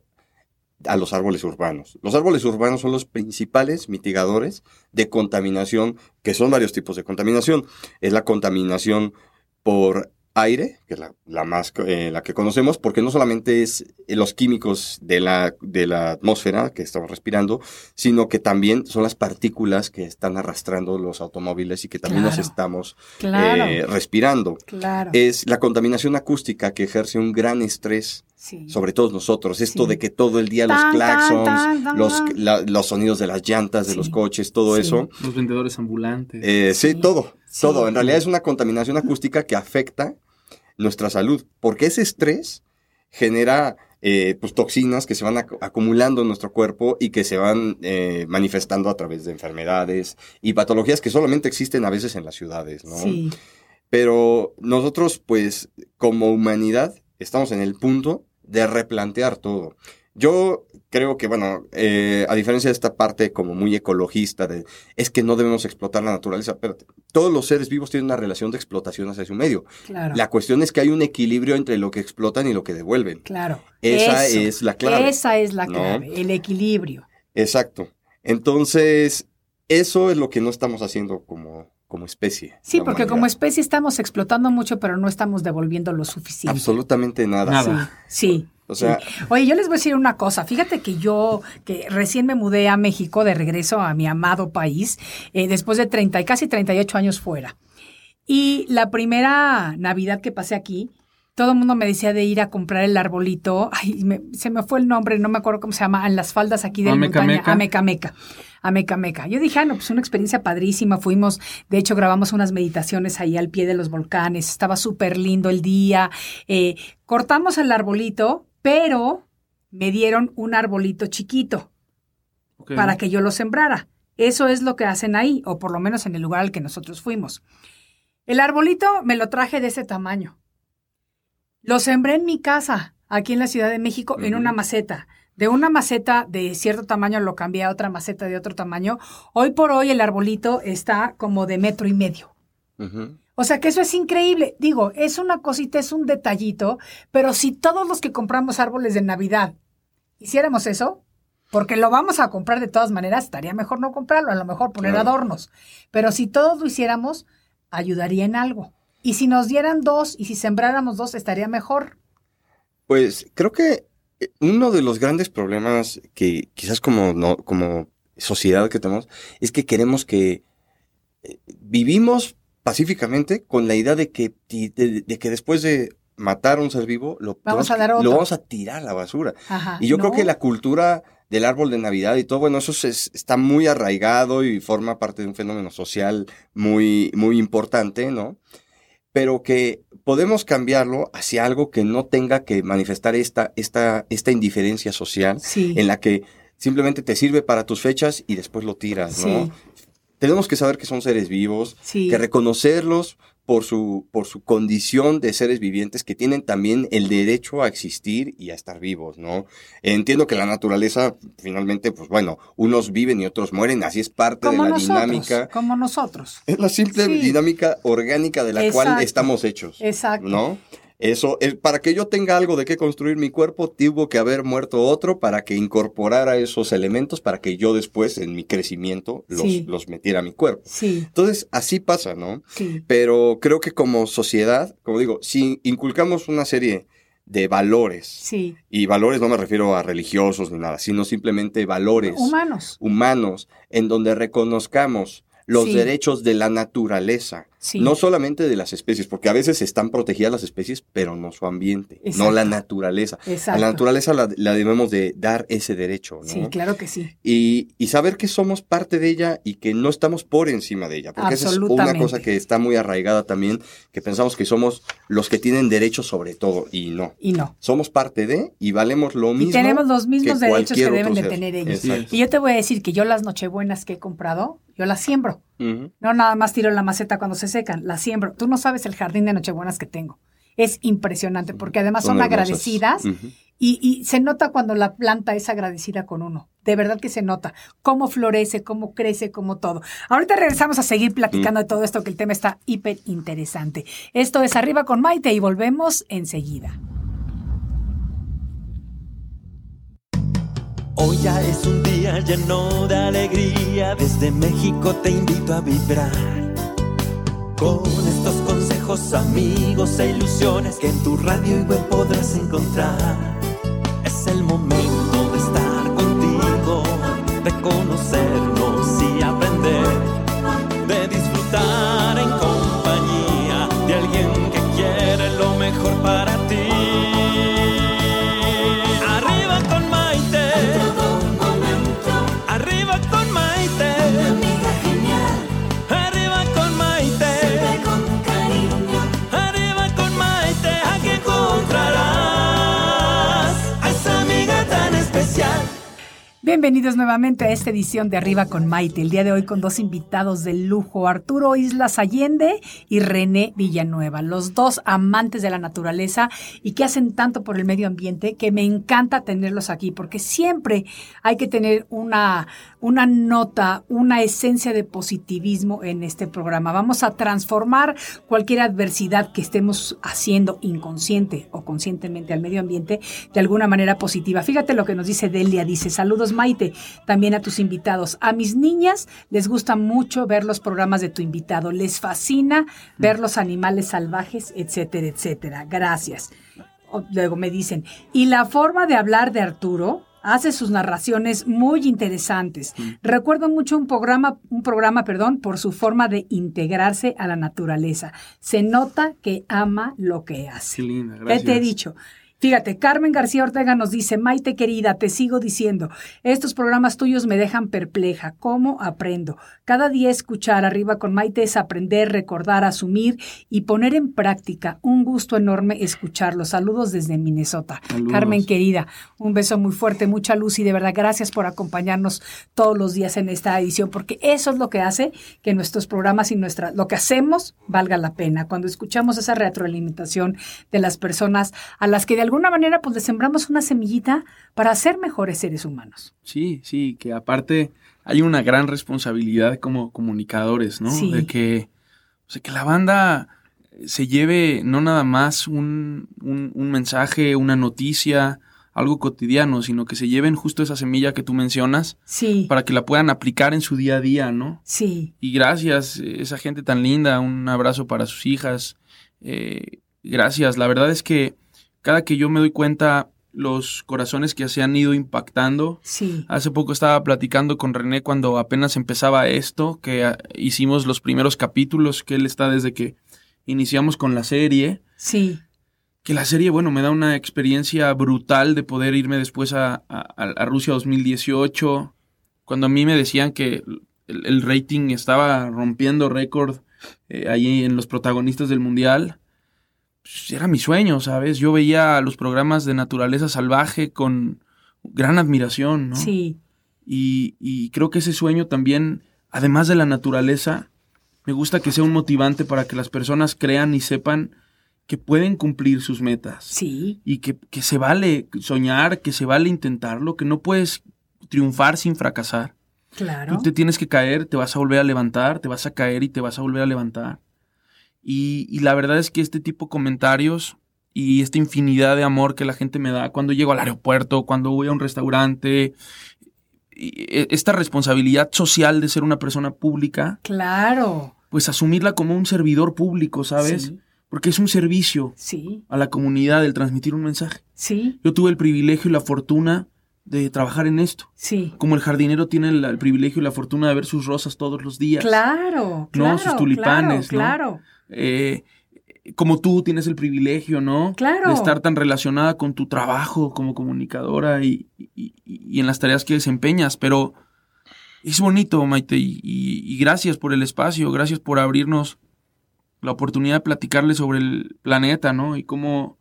a los árboles urbanos. Los árboles urbanos son los principales mitigadores de contaminación, que son varios tipos de contaminación. Es la contaminación por aire, que es la, la más eh, la que conocemos, porque no solamente es los químicos de la, de la atmósfera que estamos respirando, sino que también son las partículas que están arrastrando los automóviles y que también Claro. nos estamos Claro. eh, respirando. Claro. Es la contaminación acústica que ejerce un gran estrés Sí. sobre todos nosotros. Esto Sí. de que todo el día los Tan, tan, claxons, tan, tan. los, la- los sonidos de las llantas de Sí. los coches, todo Sí. eso. Los vendedores ambulantes. Eh, sí, Sí. todo, Sí. todo. En realidad es una contaminación acústica que afecta nuestra salud, porque ese estrés genera eh, pues, toxinas que se van ac- acumulando en nuestro cuerpo y que se van eh, manifestando a través de enfermedades y patologías que solamente existen a veces en las ciudades, ¿no? Sí. Pero nosotros, pues, como humanidad, estamos en el punto de replantear todo. Yo creo que, bueno, eh, a diferencia de esta parte como muy ecologista, de es que no debemos explotar la naturaleza, pero todos los seres vivos tienen una relación de explotación hacia su medio. Claro. La cuestión es que hay un equilibrio entre lo que explotan y lo que devuelven. Claro. Esa Eso. es la clave. Esa es la ¿no? clave, el equilibrio. Exacto. Entonces, eso es lo que no estamos haciendo como, como especie. Sí, la porque como humanidad. especie estamos explotando mucho, pero no estamos devolviendo lo suficiente. Absolutamente nada. Nada. Sí, sí. O sea, sí. Oye, yo les voy a decir una cosa. Fíjate que yo, que recién me mudé a México de regreso a mi amado país, eh, después de treinta y casi treinta y ocho años fuera. Y la primera Navidad que pasé aquí, todo el mundo me decía de ir a comprar el arbolito. Ay, me- se me fue el nombre, no me acuerdo cómo se llama, en las faldas aquí de la montaña. Amecameca. Amecameca. Amecameca. Yo dije, ah, no, pues una experiencia padrísima. Fuimos, de hecho, grabamos unas meditaciones ahí al pie de los volcanes. Estaba súper lindo el día. Eh, cortamos el arbolito, pero me dieron un arbolito chiquito Ok. para que yo lo sembrara. Eso es lo que hacen ahí, o por lo menos en el lugar al que nosotros fuimos. El arbolito me lo traje de ese tamaño. Lo sembré en mi casa, aquí en la Ciudad de México, en Ujú. una maceta. De una maceta de cierto tamaño lo cambié a otra maceta de otro tamaño. Hoy por hoy el arbolito está como de metro y medio. ujú. O sea que eso es increíble. Digo, es una cosita, es un detallito, pero si todos los que compramos árboles de Navidad hiciéramos eso, porque lo vamos a comprar de todas maneras, estaría mejor no comprarlo, a lo mejor poner Claro. adornos. Pero si todos lo hiciéramos, ayudaría en algo. Y si nos dieran dos y si sembráramos dos, estaría mejor. Pues creo que eh, uno de los grandes problemas que quizás como, no, como sociedad que tenemos es que queremos que eh, vivimos pacíficamente con la idea de que, ti- de, de que después de matar a un ser vivo lo, Vamos tenemos a dar que- otro. lo vamos a tirar a la basura. Ajá. Y yo ¿no? creo que la cultura del árbol de Navidad y todo, bueno, eso se- está muy arraigado y forma parte de un fenómeno social muy, muy importante, ¿no? Pero que podemos cambiarlo hacia algo que no tenga que manifestar esta, esta, esta indiferencia social Sí. en la que simplemente te sirve para tus fechas y después lo tiras, ¿no? Sí. Tenemos que saber que son seres vivos, Sí. que reconocerlos por su, por su condición de seres vivientes que tienen también el derecho a existir y a estar vivos, ¿no? Entiendo que la naturaleza, finalmente, pues bueno, unos viven y otros mueren, así es parte de Como la nosotros. dinámica. Como nosotros. Es la simple Sí. dinámica orgánica de la cual Exacto. estamos hechos. Exacto. ¿No? Eso, es, para que yo tenga algo de qué construir mi cuerpo, tuvo que haber muerto otro para que incorporara esos elementos, para que yo después, en mi crecimiento, los, Sí. los metiera a mi cuerpo. Sí. Entonces, así pasa, ¿no? Sí. Pero creo que como sociedad, como digo, si inculcamos una serie de valores, Sí. y valores no me refiero a religiosos ni nada, sino simplemente valores Humanos. humanos, en donde reconozcamos los Sí. derechos de la naturaleza, Sí. No solamente de las especies, porque a veces están protegidas las especies, pero no su ambiente, Exacto. no la naturaleza. Exacto. A la naturaleza la, la debemos de dar ese derecho, ¿no? Sí, claro que sí. Y, y saber que somos parte de ella y que no estamos por encima de ella. Porque esa es una cosa que está muy arraigada también, que pensamos que somos los que tienen derechos sobre todo, y no. Y no. Somos parte de y valemos lo mismo. Y tenemos los mismos que derechos que cualquier deben otro de ser. tener ellos. Exacto. Y yo te voy a decir que yo las nochebuenas que he comprado, yo las siembro. Ujú. No nada más tiro en la maceta cuando se secan, las siembro. Tú no sabes el jardín de nochebuenas que tengo. Es impresionante porque además son, Son hermosas. agradecidas Ujú. y, y se nota cuando la planta es agradecida con uno. De verdad que se nota cómo florece, cómo crece, cómo todo. Ahorita regresamos a seguir platicando de todo esto, que el tema está hiper interesante. Esto es Arriba con Maite y volvemos enseguida. Hoy ya es un día lleno de alegría, desde México te invito a vibrar. Con estos consejos, amigos e ilusiones que en tu radio y web podrás encontrar. Es el momento de estar contigo, de conocernos y aprender, de disfrutar en compañía de alguien que quiere lo mejor para ti. Arriba con Maite, arriba con Maite, amiga genial. Arriba con Maite, sirve con cariño. Arriba con Maite, aquí encontrarás a esa amiga tan especial. Bienvenidos nuevamente a esta edición de Arriba con Maite. El día de hoy con dos invitados de lujo, Arturo Islas Allende y René Villanueva, los dos amantes de la naturaleza y que hacen tanto por el medio ambiente, que me encanta tenerlos aquí porque siempre hay que tener una, una nota, una esencia de positivismo en este programa. Vamos a transformar cualquier adversidad que estemos haciendo inconsciente o conscientemente al medio ambiente de alguna manera positiva. Fíjate lo que nos dice Delia, dice: saludos Maite, también a tus invitados. A mis niñas les gusta mucho ver los programas de tu invitado, les fascina ver los animales salvajes, etcétera, etcétera. Gracias. O- Luego me dicen, y la forma de hablar de Arturo hace sus narraciones muy interesantes. Recuerdo mucho un programa, un programa, perdón, por su forma de integrarse a la naturaleza. Se nota que ama lo que hace. Qué linda, ¿Qué gracias. te he dicho? Fíjate, Carmen García Ortega nos dice: Maite querida, te sigo diciendo, estos programas tuyos me dejan perpleja. ¿Cómo aprendo? Cada día escuchar Arriba con Maite es aprender, recordar, asumir y poner en práctica. Un gusto enorme escucharlos. Saludos desde Minnesota. Saludos. Carmen querida, un beso muy fuerte, mucha luz y de verdad gracias por acompañarnos todos los días en esta edición, porque eso es lo que hace que nuestros programas y nuestra, lo que hacemos valga la pena. Cuando escuchamos esa retroalimentación de las personas a las que de alguna manera pues les sembramos una semillita para ser mejores seres humanos. Sí, sí, que aparte hay una gran responsabilidad como comunicadores, ¿no? Sí. De que, o sea, que la banda se lleve no nada más un, un, un mensaje, una noticia, algo cotidiano, sino que se lleven justo esa semilla que tú mencionas Sí, para que la puedan aplicar en su día a día, ¿no? sí, Y gracias, esa gente tan linda, un abrazo para sus hijas. Eh, gracias, la verdad es que cada que yo me doy cuenta los corazones que se han ido impactando. sí. Hace poco estaba platicando con René cuando apenas empezaba esto, que ah, hicimos los primeros capítulos, que él está desde que iniciamos con la serie. Sí, Que la serie, bueno, me da una experiencia brutal de poder irme después a, a, a Rusia dos mil dieciocho, cuando a mí me decían que el, el rating estaba rompiendo récord eh, ahí en los protagonistas del Mundial. Pues era mi sueño, ¿sabes? Yo veía los programas de naturaleza salvaje con gran admiración, ¿no? sí, Y, y creo que ese sueño también, además de la naturaleza, me gusta que sea un motivante para que las personas crean y sepan que pueden cumplir sus metas. sí, Y que, que se vale soñar, que se vale intentarlo, que no puedes triunfar sin fracasar. claro. Tú te tienes que caer, te vas a volver a levantar, te vas a caer y te vas a volver a levantar. Y, y la verdad es que este tipo de comentarios y esta infinidad de amor que la gente me da cuando llego al aeropuerto, cuando voy a un restaurante, y esta responsabilidad social de ser una persona pública, Claro, pues asumirla como un servidor público, ¿sabes? Sí. Porque es un servicio sí, a la comunidad el transmitir un mensaje. sí, Yo tuve el privilegio y la fortuna de trabajar en esto. Sí. Como el jardinero tiene el, el privilegio y la fortuna de ver sus rosas todos los días. Claro, claro. ¿No? Sus tulipanes, claro, ¿no? Claro. Eh, como tú tienes el privilegio, ¿no? Claro. De estar tan relacionada con tu trabajo como comunicadora y, y, y en las tareas que desempeñas, pero es bonito, Maite, y, y, y gracias por el espacio, gracias por abrirnos la oportunidad de platicarle sobre el planeta, ¿no? Y cómo,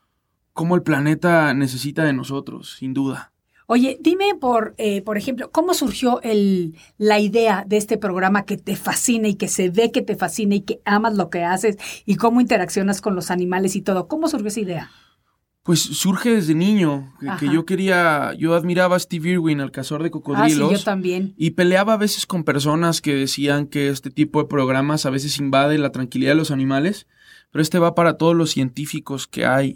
cómo el planeta necesita de nosotros, sin duda. Oye, dime, por eh, por ejemplo, ¿cómo surgió el, la idea de este programa que te fascina y que se ve que te fascina y que amas lo que haces y cómo interaccionas con los animales y todo? ¿Cómo surgió esa idea? Pues surge desde niño, que, que yo quería, yo admiraba a Steve Irwin, el cazador de cocodrilos. Ah, sí, yo también. Y peleaba a veces con personas que decían que este tipo de programas a veces invade la tranquilidad de los animales, pero este va para todos los científicos que hay.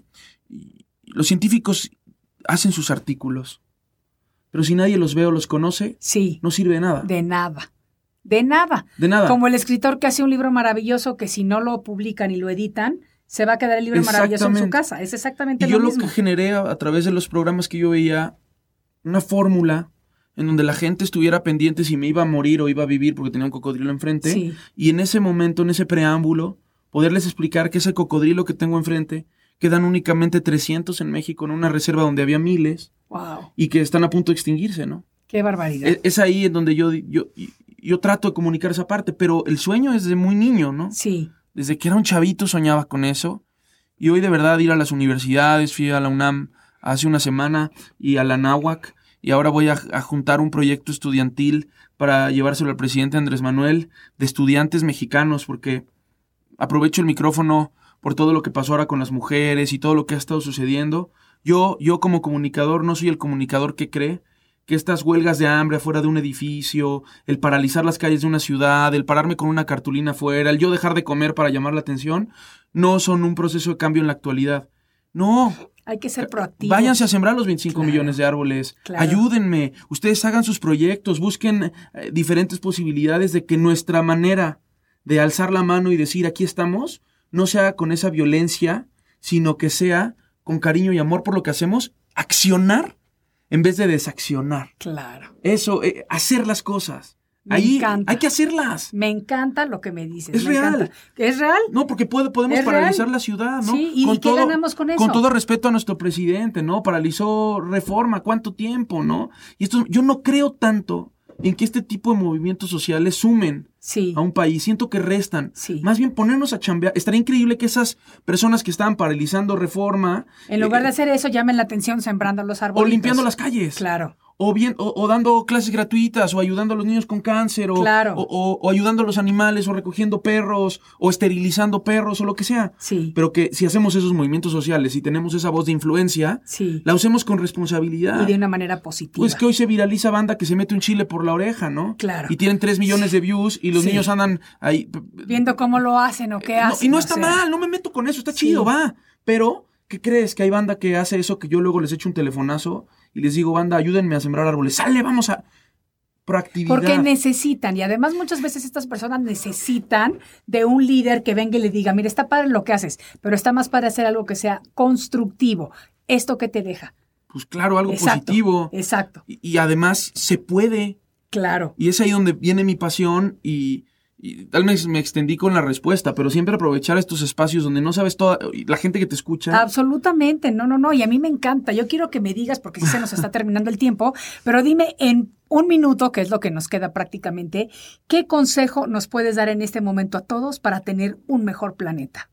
Y los científicos hacen sus artículos, pero si nadie los ve o los conoce, sí, no sirve de nada. De nada. De nada. De nada. Como el escritor que hace un libro maravilloso que si no lo publican y lo editan, se va a quedar el libro maravilloso en su casa. Es exactamente y lo yo mismo. Lo que generé a, a través de los programas que yo veía, una fórmula en donde la gente estuviera pendiente si me iba a morir o iba a vivir porque tenía un cocodrilo enfrente. Sí. Y en ese momento, en ese preámbulo, poderles explicar que ese cocodrilo que tengo enfrente, quedan únicamente trescientos en México en una reserva donde había miles. Wow. Y que están a punto de extinguirse, ¿no? Qué barbaridad. Es, es ahí en donde yo, yo, yo trato de comunicar esa parte, pero el sueño es desde muy niño, ¿no? Sí. Desde que era un chavito soñaba con eso. Y hoy de verdad ir a las universidades, fui a la UNAM hace una semana y a la Anáhuac, y ahora voy a, a juntar un proyecto estudiantil para llevárselo al presidente Andrés Manuel, de estudiantes mexicanos, porque aprovecho el micrófono por todo lo que pasó ahora con las mujeres y todo lo que ha estado sucediendo. Yo, yo como comunicador no soy el comunicador que cree que estas huelgas de hambre afuera de un edificio, el paralizar las calles de una ciudad, el pararme con una cartulina afuera, el yo dejar de comer para llamar la atención, no son un proceso de cambio en la actualidad. No. Hay que ser proactivos. Váyanse a sembrar los veinticinco claro, millones de árboles. Claro. Ayúdenme. Ustedes hagan sus proyectos, busquen eh, diferentes posibilidades de que nuestra manera de alzar la mano y decir aquí estamos, no sea con esa violencia, sino que sea con cariño y amor por lo que hacemos, accionar en vez de desaccionar. Claro. Eso, eh, hacer las cosas. Me Ahí encanta. hay que hacerlas. Me encanta lo que me dices. Es me real. Encanta. ¿Es real? No, porque puede, podemos ¿Es paralizar real? la ciudad, ¿no? Sí, ¿y, con ¿y qué todo, ganamos con eso? Con todo respeto a nuestro presidente, ¿no? Paralizó Reforma, ¿cuánto tiempo, no? Y esto, yo no creo tanto en que este tipo de movimientos sociales sumen sí. a un país. Siento que restan. Sí. Más bien ponernos a chambear. Estaría increíble que esas personas que estaban paralizando Reforma... En lugar eh, de hacer eso, llamen la atención sembrando los árboles. O limpiando las calles. Claro. O bien, o, o dando clases gratuitas, o ayudando a los niños con cáncer, o, claro. o, o, o ayudando a los animales, o recogiendo perros, o esterilizando perros, o lo que sea. Sí. Pero que si hacemos esos movimientos sociales y tenemos esa voz de influencia, sí. la usemos con responsabilidad. Y de una manera positiva. Pues que hoy se viraliza banda que se mete un chile por la oreja, ¿no? Claro. Y tienen tres millones de views y los sí. niños andan ahí... viendo cómo lo hacen o qué no, hacen. Y no está o sea. mal, no me meto con eso, está sí. chido, va. Pero... ¿qué crees? Que hay banda que hace eso, que yo luego les echo un telefonazo y les digo, banda, ayúdenme a sembrar árboles. ¡Sale, vamos a...! Proactividad. Porque necesitan, y además muchas veces estas personas necesitan de un líder que venga y le diga, mira, está padre lo que haces, pero está más padre hacer algo que sea constructivo. ¿Esto qué te deja? Pues claro, algo exacto, positivo. Exacto. Y, y además se puede. Claro. Y es ahí donde viene mi pasión y... Y tal vez me extendí con la respuesta, pero siempre aprovechar estos espacios donde no sabes toda la gente que te escucha. Absolutamente, no, no, no, y a mí me encanta. Yo quiero que me digas, porque sí se nos está terminando el tiempo, pero dime en un minuto, que es lo que nos queda prácticamente, ¿qué consejo nos puedes dar en este momento a todos para tener un mejor planeta?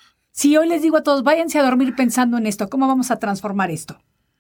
Si hoy les digo a todos, váyanse a dormir pensando en esto, ¿cómo vamos a transformar esto?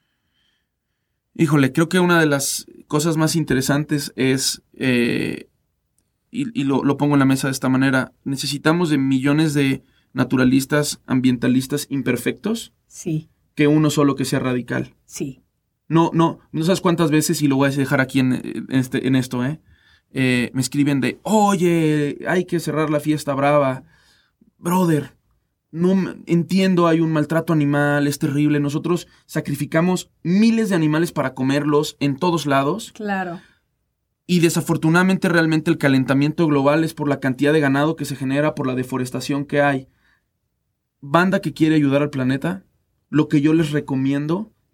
Híjole, creo que una de las cosas más interesantes es... Eh, Y, y lo, lo pongo en la mesa de esta manera, necesitamos de millones de naturalistas, ambientalistas imperfectos, sí, que uno solo que sea radical. Sí. No, no, no sabes cuántas veces, y lo voy a dejar aquí en, en, este, en esto, ¿eh? Eh, me escriben de, oye, hay que cerrar la fiesta brava. Brother, no entiendo, hay un maltrato animal, es terrible. Nosotros sacrificamos miles de animales para comerlos en todos lados. Claro. Y desafortunadamente realmente el calentamiento global es por la cantidad de ganado que se genera, por la deforestación que hay. Banda que quiere ayudar al planeta, lo que yo les recomiendo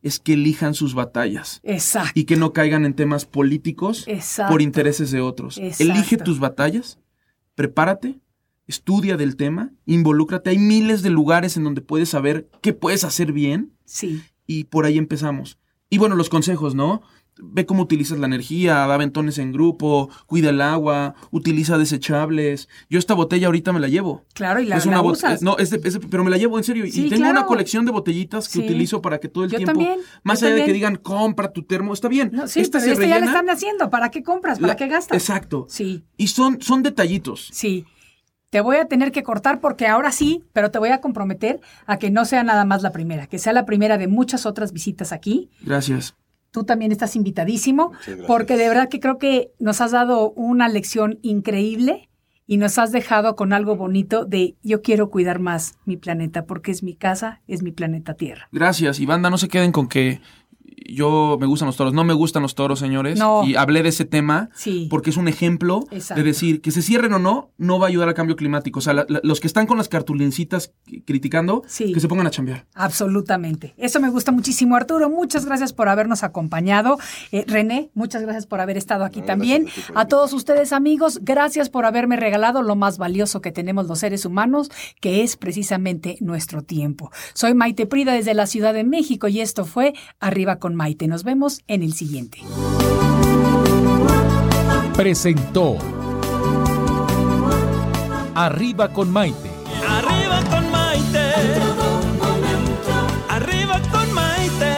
es que elijan sus batallas. Exacto. Y que no caigan en temas políticos Exacto. por intereses de otros. Exacto. Elige tus batallas, prepárate, estudia del tema, involúcrate. Hay miles de lugares en donde puedes saber qué puedes hacer bien. Sí. Y por ahí empezamos. Y bueno, los consejos, ¿no? Ve cómo utilizas la energía, da aventones en grupo, cuida el agua, utiliza desechables. Yo esta botella ahorita me la llevo. Claro, y la, es una la bot- usas. No, es de, es de- pero me la llevo en serio. Sí, y tengo claro. una colección de botellitas que Sí. utilizo para que todo el Yo tiempo, también, más yo allá de que también. digan, compra tu termo, está bien. No, sí, Esta pero se este ya le rellena, están haciendo. ¿Para qué compras? ¿Para la- qué gastas? Exacto. Sí, Y son, son detallitos. sí. Te voy a tener que cortar porque ahora sí, pero te voy a comprometer a que no sea nada más la primera, que sea la primera de muchas otras visitas aquí. Gracias. Tú también estás invitadísimo, Muchas gracias. porque de verdad que creo que nos has dado una lección increíble y nos has dejado con algo bonito de yo quiero cuidar más mi planeta porque es mi casa, es mi planeta Tierra. Gracias. Y banda, no se queden con que yo me gustan los toros. No me gustan los toros, señores. No. Y hablé de ese tema Sí. porque es un ejemplo Exacto. de decir que se cierren o no, no va a ayudar al cambio climático. O sea, la- la- los que están con las cartulincitas criticando, Sí. que se pongan a chambear. Absolutamente. Eso me gusta muchísimo, Arturo. Muchas gracias por habernos acompañado. Eh, René, muchas gracias por haber estado aquí No, también. gracias a ti por A todos invitarme. ustedes, amigos, gracias por haberme regalado lo más valioso que tenemos los seres humanos, que es precisamente nuestro tiempo. Soy Maite Prida desde la Ciudad de México y esto fue Arriba con Maite. Nos vemos en el siguiente. Presentó Arriba con Maite. Arriba con Maite. Arriba con Maite.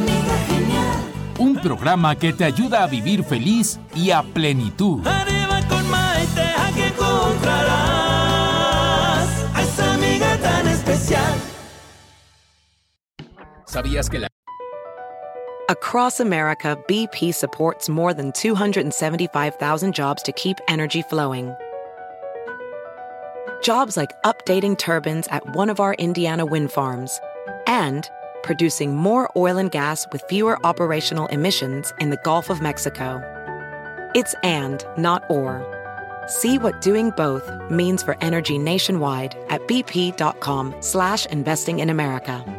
Un programa que te ayuda a vivir feliz y a plenitud. Arriba con Maite, aquí encontrarás a esa amiga tan especial. ¿Sabías que la Across America, B P supports more than two hundred seventy-five thousand jobs to keep energy flowing. Jobs like updating turbines at one of our Indiana wind farms and producing more oil and gas with fewer operational emissions in the Gulf of Mexico. It's and, not or. See what doing both means for energy nationwide at bp.com slash investing in America.